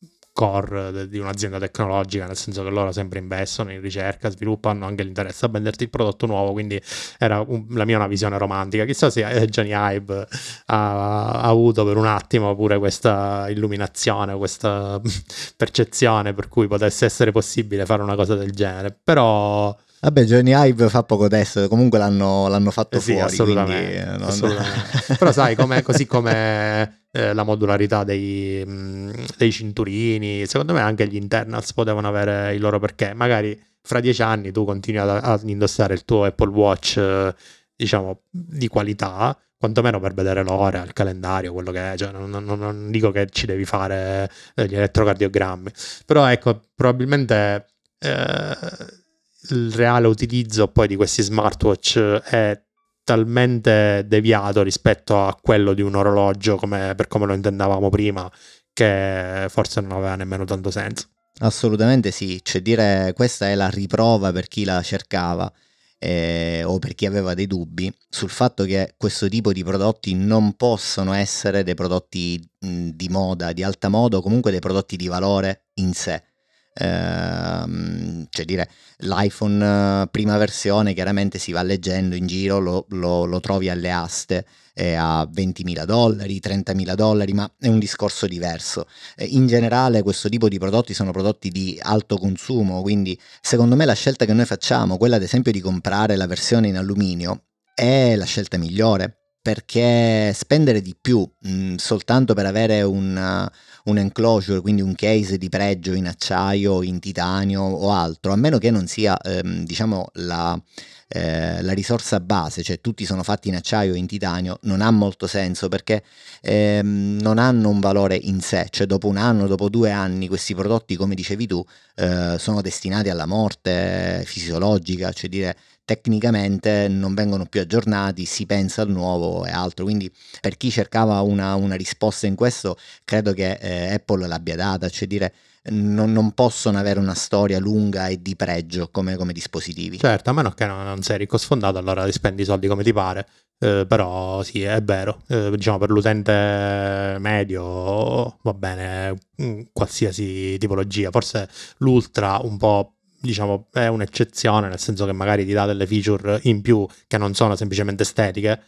core di un'azienda tecnologica, nel senso che loro sempre investono in ricerca, sviluppo, hanno anche l'interesse a venderti il prodotto nuovo, quindi era un, la mia una visione romantica. Chissà se Johnny Ive ha, ha avuto per un attimo pure questa illuminazione, questa percezione per cui potesse essere possibile fare una cosa del genere, però... Vabbè, Johnny Ive fa poco testo, comunque l'hanno, l'hanno fatto eh sì, fuori. Assolutamente, Quindi non... assolutamente. Però sai, come, così come eh, la modularità dei, mh, dei cinturini, secondo me anche gli internals potevano avere il loro perché. Magari fra dieci anni tu continui ad, ad indossare il tuo Apple Watch, eh, diciamo, di qualità, quantomeno per vedere l'ora, il calendario, quello che è. Cioè, non, non, non dico che ci devi fare eh, gli elettrocardiogrammi, però ecco, probabilmente... Eh, il reale utilizzo poi di questi smartwatch è talmente deviato rispetto a quello di un orologio come, per come lo intendavamo prima, che forse non aveva nemmeno tanto senso. Assolutamente sì, cioè dire questa è la riprova per chi la cercava eh, o per chi aveva dei dubbi sul fatto che questo tipo di prodotti non possono essere dei prodotti mh, di moda, di alta moda o comunque dei prodotti di valore in sé. Ehm, cioè dire, l'iPhone eh, prima versione chiaramente si va leggendo in giro, lo, lo- lo trovi alle aste eh, a ventimila dollari, trentamila dollari, ma è un discorso diverso. Eh, in generale questo tipo di prodotti sono prodotti di alto consumo, quindi secondo me la scelta che noi facciamo, quella ad esempio di comprare la versione in alluminio, è la scelta migliore, perché spendere di più mh, soltanto per avere un, un enclosure, quindi un case di pregio in acciaio, in titanio o altro, a meno che non sia ehm, diciamo la, eh, la risorsa base, cioè tutti sono fatti in acciaio o in titanio, non ha molto senso, perché ehm, non hanno un valore in sé, cioè dopo un anno, dopo due anni questi prodotti, come dicevi tu, eh, sono destinati alla morte fisiologica, cioè dire, tecnicamente non vengono più aggiornati, si pensa al nuovo e altro, quindi per chi cercava una, una risposta in questo, credo che eh, Apple l'abbia data, cioè dire, non, non possono avere una storia lunga e di pregio come, come dispositivi. Certo, a meno che non, non sei ricco sfondato, allora ti spendi i soldi come ti pare. Eh, però sì, è vero. Eh, diciamo per l'utente medio va bene mm, qualsiasi tipologia. Forse l'Ultra un po', diciamo, è un'eccezione, nel senso che magari ti dà delle feature in più che non sono semplicemente estetiche.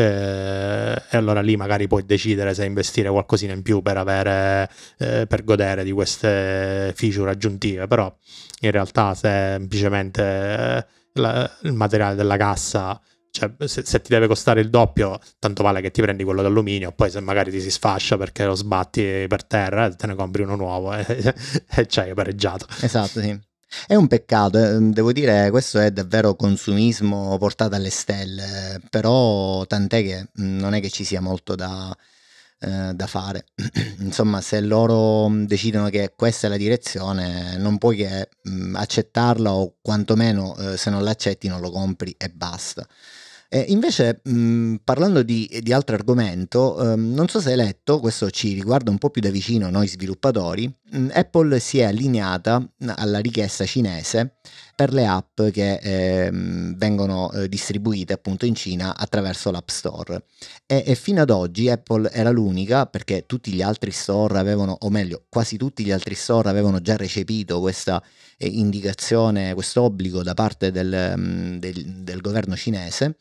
eh, e allora lì magari puoi decidere se investire qualcosina in più per avere, eh, per godere di queste feature aggiuntive. Però in realtà semplicemente eh, la- il materiale della cassa, cioè se, se ti deve costare il doppio, tanto vale che ti prendi quello d'alluminio, poi se magari ti si sfascia perché lo sbatti per terra, eh, te ne compri uno nuovo e, e c'hai pareggiato. Esatto, sì. È un peccato, eh, devo dire, questo è davvero consumismo portato alle stelle, però tant'è che mh, non è che ci sia molto da, eh, da fare. Insomma, se loro mh, decidono che questa è la direzione, non puoi che mh, accettarla, o quantomeno eh, se non l'accetti non lo compri e basta. Eh, invece, mh, parlando di, di altro argomento, ehm, non so se hai letto, questo ci riguarda un po' più da vicino noi sviluppatori, mh, Apple si è allineata alla richiesta cinese per le app che ehm, vengono eh, distribuite appunto in Cina attraverso l'App Store. E, e fino ad oggi Apple era l'unica, perché tutti gli altri store avevano, o meglio, quasi tutti gli altri store avevano già recepito questa eh, indicazione, questo obbligo da parte del, mm, del, del governo cinese.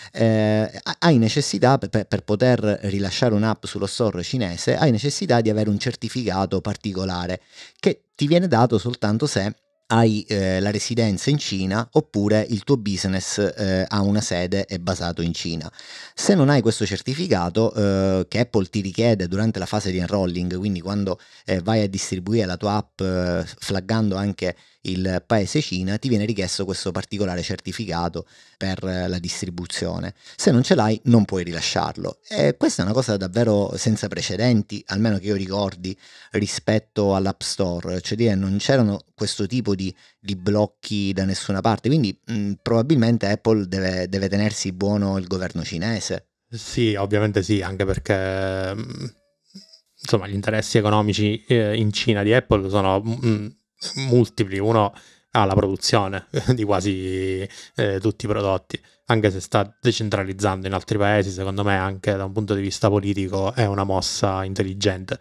Eh, hai necessità, per, per poter rilasciare un'app sullo store cinese, hai necessità di avere un certificato particolare che ti viene dato soltanto se hai eh, la residenza in Cina, oppure il tuo business eh, ha una sede e è basato in Cina. Se non hai questo certificato, eh, che Apple ti richiede durante la fase di enrolling, quindi quando eh, vai a distribuire la tua app eh, flaggando anche il paese Cina, ti viene richiesto questo particolare certificato per eh, la distribuzione. Se non ce l'hai, non puoi rilasciarlo. E questa è una cosa davvero senza precedenti, almeno che io ricordi, rispetto all'App Store, cioè dire, non c'erano questo tipo di, di blocchi da nessuna parte, quindi mh, probabilmente Apple deve, deve tenersi buono il governo cinese. Sì, ovviamente sì, anche perché mm, insomma gli interessi economici eh, in Cina di Apple sono mm, multipli. Uno ha la produzione di quasi eh, tutti i prodotti, anche se sta decentralizzando in altri paesi. Secondo me anche da un punto di vista politico è una mossa intelligente.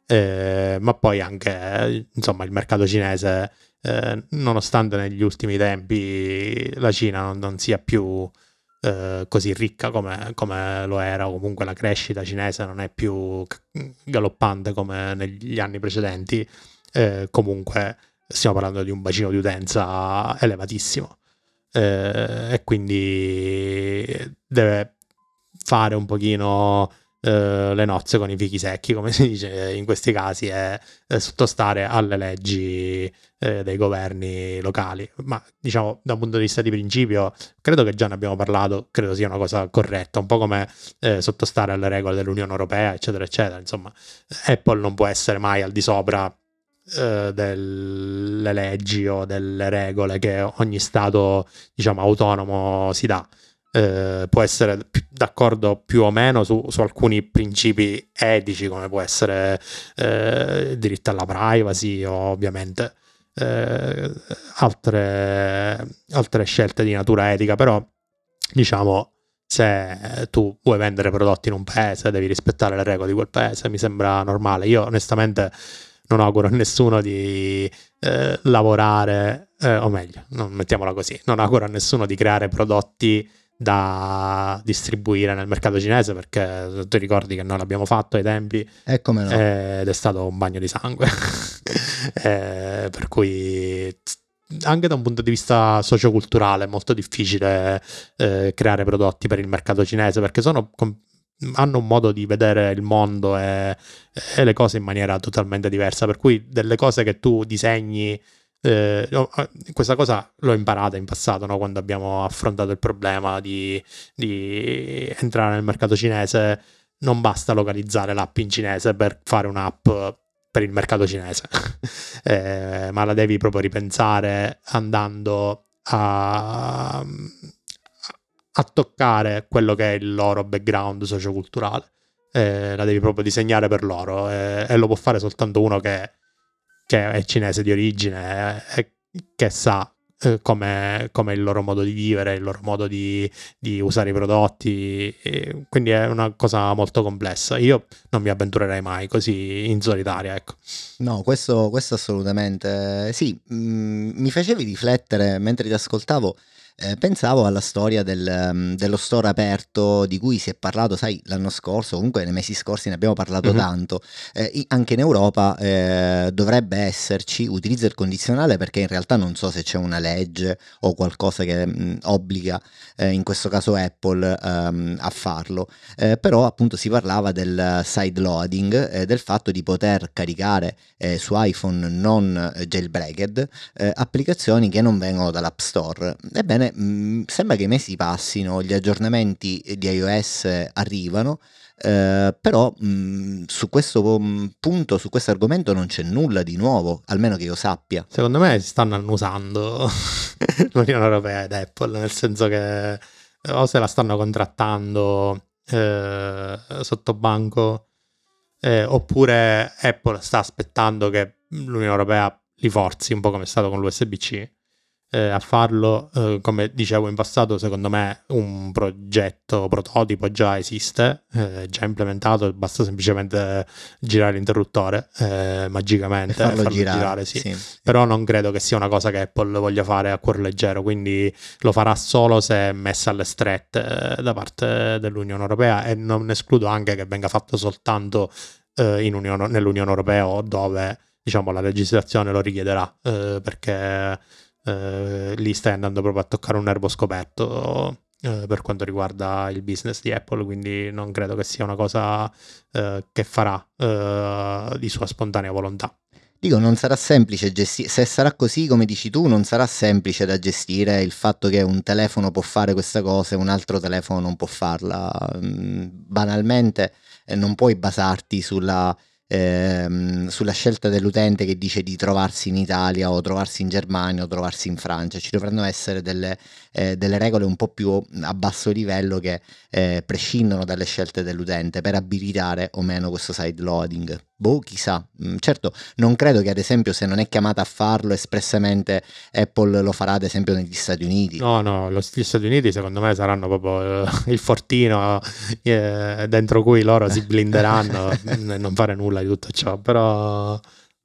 Eh, ma poi anche eh, insomma il mercato cinese, eh, nonostante negli ultimi tempi la Cina non, non sia più eh, così ricca come, come lo era, o comunque la crescita cinese non è più galoppante come negli anni precedenti, eh, comunque stiamo parlando di un bacino di utenza elevatissimo, eh, e quindi deve fare un pochino eh, le nozze con i fichi secchi, come si dice in questi casi, e eh, sottostare alle leggi eh, dei governi locali. Ma diciamo da un punto di vista di principio credo che già ne abbiamo parlato, credo sia una cosa corretta, un po' come eh, sottostare alle regole dell'Unione Europea, eccetera eccetera. Insomma, Apple non può essere mai al di sopra eh, delle leggi o delle regole che ogni stato, diciamo, autonomo si dà. Eh, può essere più- d'accordo più o meno su, su alcuni principi etici, come può essere eh, il diritto alla privacy, o ovviamente eh, altre, altre scelte di natura etica. Però diciamo, se tu vuoi vendere prodotti in un paese devi rispettare le regole di quel paese, mi sembra normale. Io onestamente non auguro a nessuno di eh, lavorare, eh, o meglio, non mettiamola così, non auguro a nessuno di creare prodotti da distribuire nel mercato cinese, perché ti ricordi che noi l'abbiamo fatto ai tempi, E come no. ed è stato un bagno di sangue. eh, per cui anche da un punto di vista socioculturale è molto difficile eh, creare prodotti per il mercato cinese, perché sono com- hanno un modo di vedere il mondo e, e le cose in maniera totalmente diversa, per cui delle cose che tu disegni, eh, questa cosa l'ho imparata in passato, no? Quando abbiamo affrontato il problema di, di entrare nel mercato cinese, non basta localizzare l'app in cinese per fare un'app per il mercato cinese, eh, ma la devi proprio ripensare andando a, a toccare quello che è il loro background socioculturale, eh, la devi proprio disegnare per loro, eh, e lo può fare soltanto uno che, che è cinese di origine e eh, che sa eh, come è il loro modo di vivere, il loro modo di, di usare i prodotti, e quindi è una cosa molto complessa. Io non mi avventurerei mai così in solitaria, ecco. No, questo, questo assolutamente sì. Mm, mi facevi riflettere mentre ti ascoltavo. Eh, pensavo alla storia del, um, dello store aperto di cui si è parlato, sai, l'anno scorso, comunque nei mesi scorsi ne abbiamo parlato mm-hmm. tanto. Eh, i- anche in Europa eh, dovrebbe esserci, utilizzo il condizionale perché in realtà non so se c'è una legge o qualcosa che mh, obbliga, eh, in questo caso Apple, um, a farlo. Eh, però appunto si parlava del side loading, eh, del fatto di poter caricare eh, su iPhone non jailbreaked eh, applicazioni che non vengono dall'App Store. Ebbene, mh, sembra che i mesi passino, gli aggiornamenti di iOS arrivano, eh, però mh, su questo mh, punto, su questo argomento non c'è nulla di nuovo, almeno che io sappia. Secondo me si stanno annusando l'Unione Europea ed Apple, nel senso che o se la stanno contrattando eh, sotto banco, eh, oppure Apple sta aspettando che l'Unione Europea li forzi, un po' come è stato con l'U S B C, eh, a farlo. Eh, come dicevo in passato, secondo me un progetto prototipo già esiste, è eh, già implementato, basta semplicemente girare l'interruttore eh, magicamente e farlo, farlo girare, girare sì. sì. Però non credo che sia una cosa che Apple voglia fare a cuor leggero, quindi lo farà solo se è messa alle strette eh, da parte dell'Unione Europea, e non escludo anche che venga fatto soltanto eh, in Unione, nell'Unione Europea, o dove diciamo la legislazione lo richiederà, eh, perché Uh, lì stai andando proprio a toccare un nervo scoperto uh, per quanto riguarda il business di Apple, quindi non credo che sia una cosa uh, che farà uh, di sua spontanea volontà. Dico, non sarà semplice gestire, se sarà così come dici tu, non sarà semplice da gestire il fatto che un telefono può fare questa cosa e un altro telefono non può farla. Mm, banalmente eh, non puoi basarti sulla Ehm, sulla scelta dell'utente che dice di trovarsi in Italia o trovarsi in Germania o trovarsi in Francia. Ci dovranno essere delle, eh, delle regole un po' più a basso livello che eh, prescindono dalle scelte dell'utente per abilitare o meno questo side loading. Boh, chissà. Mm, certo, non credo che ad esempio, se non è chiamata a farlo espressamente, Apple lo farà ad esempio negli Stati Uniti. No, no, lo, gli Stati Uniti secondo me saranno proprio eh, il fortino eh, dentro cui loro si blinderanno e non fare nulla di tutto ciò, però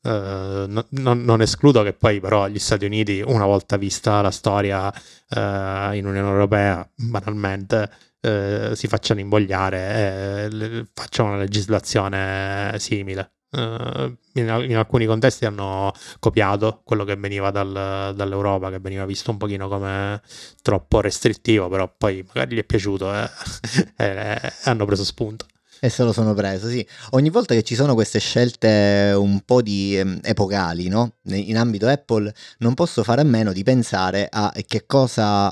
eh, no, non, non escludo che poi però gli Stati Uniti, una volta vista la storia eh, in Unione Europea, banalmente, eh, si facciano invogliare e le, facciano una legislazione simile. Uh, in, in alcuni contesti hanno copiato quello che veniva dal, dall'Europa, che veniva visto un pochino come troppo restrittivo, però poi magari gli è piaciuto eh, e, e hanno preso spunto. E se lo sono preso, sì. Ogni volta che ci sono queste scelte un po' di eh, epocali, no? In ambito Apple, non posso fare a meno di pensare a che cosa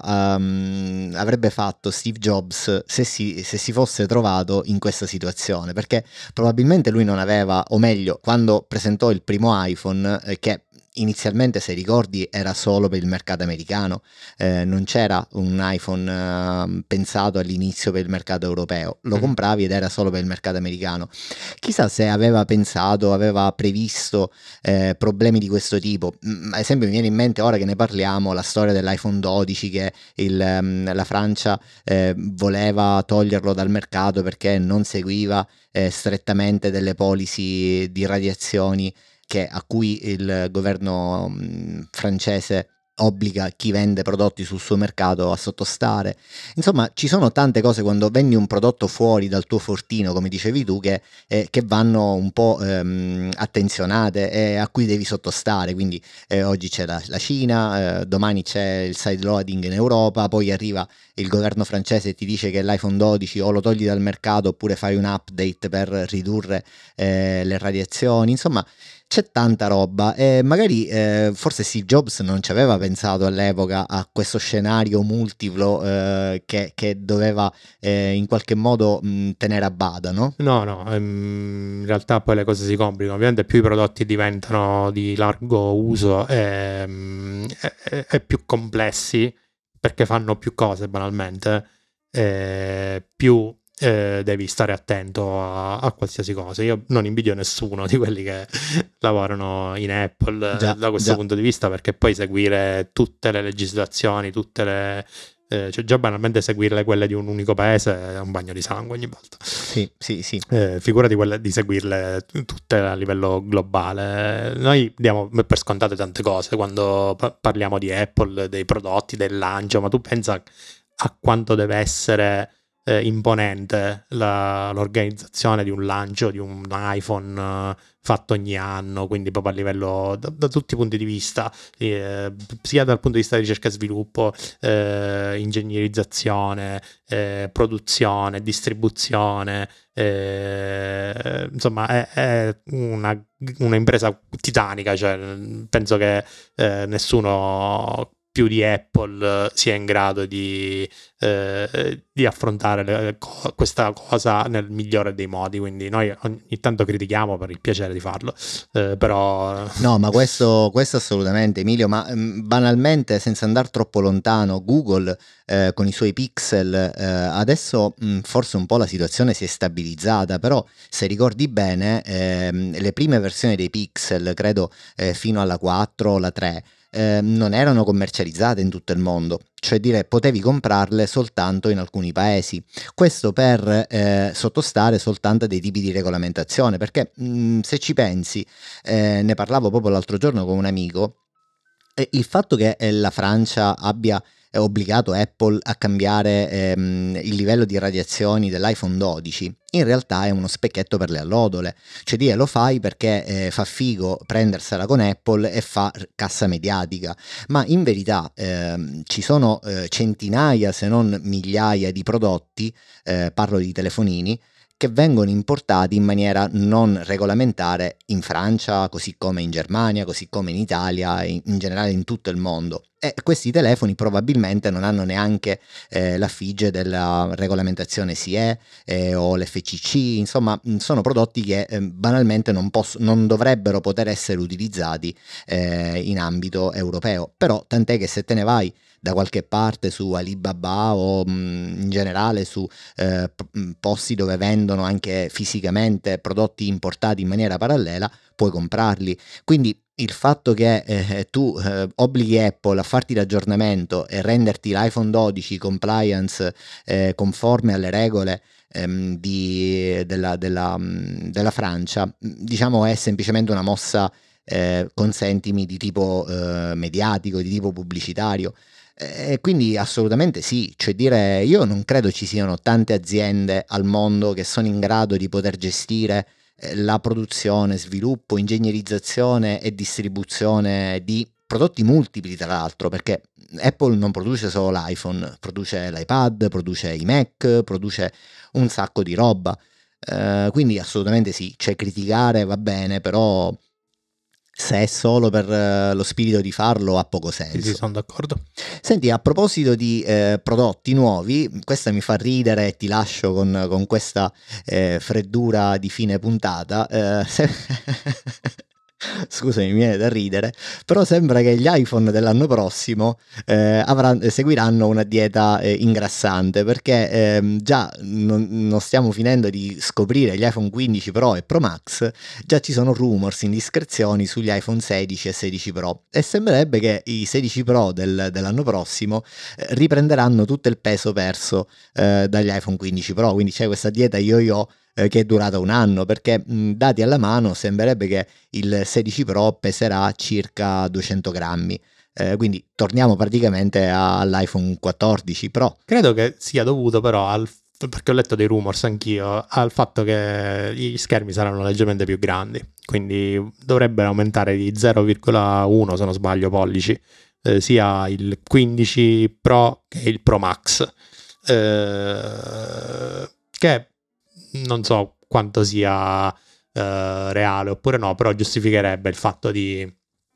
um, avrebbe fatto Steve Jobs se si, se si fosse trovato in questa situazione, perché probabilmente lui non aveva, o meglio, quando presentò il primo iPhone, eh, che inizialmente, se ricordi, era solo per il mercato americano, eh, non c'era un iPhone eh, pensato all'inizio per il mercato europeo, lo compravi ed era solo per il mercato americano. Chissà se aveva pensato, aveva previsto eh, problemi di questo tipo. Mm, ad esempio mi viene in mente, ora che ne parliamo, la storia dell'iPhone dodici, che il, um, la Francia eh, voleva toglierlo dal mercato perché non seguiva eh, strettamente delle policy di radiazioni che, a cui il governo mh, francese obbliga chi vende prodotti sul suo mercato a sottostare. Insomma, ci sono tante cose quando vendi un prodotto fuori dal tuo fortino, come dicevi tu, che, eh, che vanno un po' ehm, attenzionate e a cui devi sottostare. Quindi eh, oggi c'è la, la Cina, eh, domani c'è il side loading in Europa, poi arriva il governo francese e ti dice che l'iPhone dodici o lo togli dal mercato oppure fai un update per ridurre eh, le radiazioni. Insomma, c'è tanta roba e magari eh, forse Steve Jobs non ci aveva pensato all'epoca a questo scenario multiplo eh, che, che doveva eh, in qualche modo mh, tenere a bada, no? No, no, ehm, in realtà poi le cose si complicano, ovviamente più i prodotti diventano di largo uso ehm, e, e, e più complessi, perché fanno più cose banalmente, eh, più eh, devi stare attento a, a qualsiasi cosa. Io non invidio nessuno di quelli che lavorano in Apple Già, eh, da questo già. punto di vista, perché poi seguire tutte le legislazioni, tutte le... Eh, cioè già banalmente seguirle quelle di un unico paese è un bagno di sangue ogni volta. Sì, sì, sì. Eh, figurati quelle di seguirle tutte a livello globale. Noi diamo per scontate tante cose quando pa- parliamo di Apple, dei prodotti, del lancio, ma tu pensa a quanto deve essere eh, imponente la- l'organizzazione di un lancio di un iPhone eh, fatto ogni anno, quindi proprio a livello da, da tutti i punti di vista, eh, sia dal punto di vista di ricerca e sviluppo, eh, ingegnerizzazione, eh, produzione, distribuzione, eh, insomma è, è una, una impresa titanica, cioè penso che eh, nessuno più di Apple sia in grado di, eh, di affrontare le, co- questa cosa nel migliore dei modi, quindi noi ogni tanto critichiamo per il piacere di farlo, eh, però... No, ma questo, questo assolutamente, Emilio, ma mh, banalmente, senza andare troppo lontano, Google eh, con i suoi pixel, eh, adesso mh, forse un po' la situazione si è stabilizzata, però se ricordi bene, ehm, le prime versioni dei pixel, credo eh, fino alla quattro o la tre, eh, non erano commercializzate in tutto il mondo, cioè dire potevi comprarle soltanto in alcuni paesi. Questo per eh, sottostare soltanto a dei tipi di regolamentazione, perché mh, se ci pensi, eh, ne parlavo proprio l'altro giorno con un amico, e il fatto che eh, la Francia abbia eh, obbligato Apple a cambiare ehm, il livello di radiazioni dell'iPhone dodici in realtà è uno specchietto per le allodole, cioè dire lo fai perché eh, fa figo prendersela con Apple e fa cassa mediatica, ma in verità ehm, ci sono eh, centinaia se non migliaia di prodotti, eh, parlo di telefonini, che vengono importati in maniera non regolamentare in Francia, così come in Germania, così come in Italia, in, in generale in tutto il mondo. E questi telefoni probabilmente non hanno neanche eh, la fige della regolamentazione S I E eh, o l'F C C, insomma sono prodotti che eh, banalmente non, posso, non dovrebbero poter essere utilizzati eh, in ambito europeo, però tant'è che se te ne vai da qualche parte su Alibaba o mh, in generale su eh, posti dove vendono anche fisicamente prodotti importati in maniera parallela, puoi comprarli. Quindi il fatto che eh, tu eh, obblighi Apple a farti l'aggiornamento e renderti l'iPhone dodici compliance eh, conforme alle regole ehm, di, della, della, della Francia, diciamo è semplicemente una mossa, eh, consentimi, di tipo eh, mediatico, di tipo pubblicitario. E quindi assolutamente sì, cioè dire, io non credo ci siano tante aziende al mondo che sono in grado di poter gestire eh, la produzione, sviluppo, ingegnerizzazione e distribuzione di prodotti multipli, tra l'altro, perché Apple non produce solo l'iPhone, produce l'iPad, produce i Mac, produce un sacco di roba, eh, quindi assolutamente sì, cioè criticare va bene, però se è solo per eh, lo spirito di farlo ha poco senso. Sì, sì, sono d'accordo. Senti, a proposito di eh, prodotti nuovi, questa mi fa ridere e ti lascio con, con questa eh, freddura di fine puntata. Eh, se... Scusami, mi viene da ridere, però sembra che gli iPhone dell'anno prossimo eh, avranno, seguiranno una dieta eh, ingrassante, perché ehm, già non, non stiamo finendo di scoprire gli iPhone quindici Pro e Pro Max, già ci sono rumors, indiscrezioni sugli iPhone sedici e sedici Pro, e sembrerebbe che i sedici Pro del, dell'anno prossimo eh, riprenderanno tutto il peso perso eh, dagli iPhone quindici Pro, quindi c'è questa dieta yo-yo eh, che è durata un anno, perché mh, dati alla mano sembrerebbe che il sedici Pro peserà circa duecento grammi. Eh, quindi torniamo praticamente a, all'iPhone quattordici Pro. Credo che sia dovuto però al, perché ho letto dei rumors anch'io, al fatto che gli schermi saranno leggermente più grandi, quindi dovrebbero aumentare di zero virgola uno, se non sbaglio, pollici, eh, sia il quindici Pro che il Pro Max, eh, che non so quanto sia eh, reale oppure no, però giustificherebbe il fatto di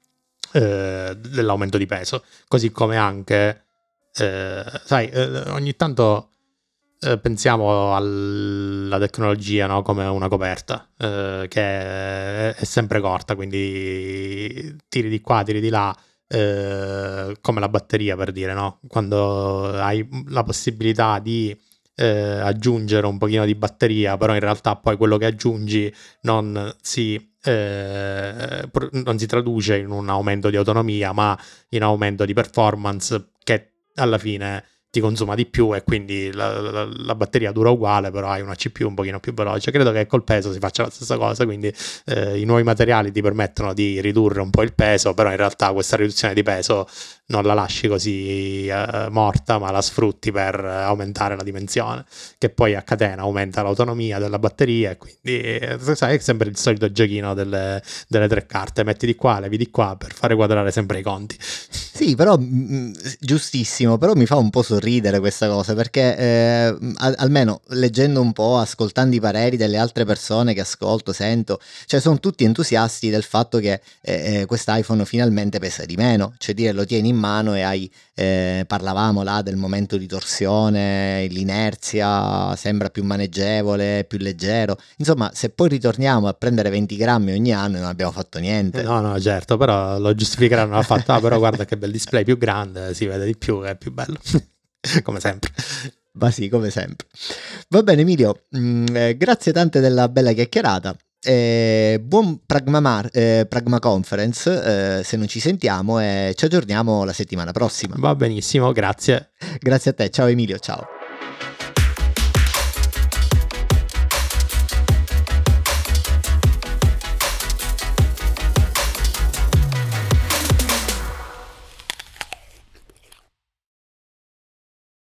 Eh, dell'aumento di peso, così come anche eh, sai, eh, ogni tanto eh, pensiamo alla tecnologia, no, come una coperta eh, che è, è sempre corta, quindi tiri di qua, tiri di là, eh, come la batteria, per dire, no? Quando hai la possibilità di eh, aggiungere un pochino di batteria, però in realtà poi quello che aggiungi non si Eh, non si traduce in un aumento di autonomia, ma in aumento di performance, che alla fine ti consuma di più e quindi la, la, la batteria dura uguale, però hai una C P U un pochino più veloce. Credo che col peso si faccia la stessa cosa, quindi eh, i nuovi materiali ti permettono di ridurre un po' il peso, però in realtà questa riduzione di peso non la lasci così eh, morta, ma la sfrutti per aumentare la dimensione, che poi a catena aumenta l'autonomia della batteria, e quindi eh, sai, è sempre il solito giochino delle, delle tre carte, metti di qua, levi di qua per fare quadrare sempre i conti. Sì, però mh, giustissimo, però mi fa un po' sorridere questa cosa, perché eh, al- almeno leggendo un po', ascoltando i pareri delle altre persone che ascolto, sento, cioè sono tutti entusiasti del fatto che eh, quest'iPhone finalmente pesa di meno, cioè dire lo tieni in mano e hai, eh, parlavamo là del momento di torsione, l'inerzia sembra più maneggevole, più leggero, insomma se poi ritorniamo a prendere venti grammi ogni anno non abbiamo fatto niente. No, no, certo, però lo giustificheranno al fatto, ah, però guarda che bel display più grande, si vede di più, è più bello, come sempre. Ma sì, come sempre. Va bene Emilio, mm, eh, grazie tante della bella chiacchierata. Eh, buon Pragma, Mar- eh, Pragma Conference, eh, se non ci sentiamo, e ci aggiorniamo la settimana prossima. Va benissimo, grazie. Grazie a te, ciao Emilio, ciao.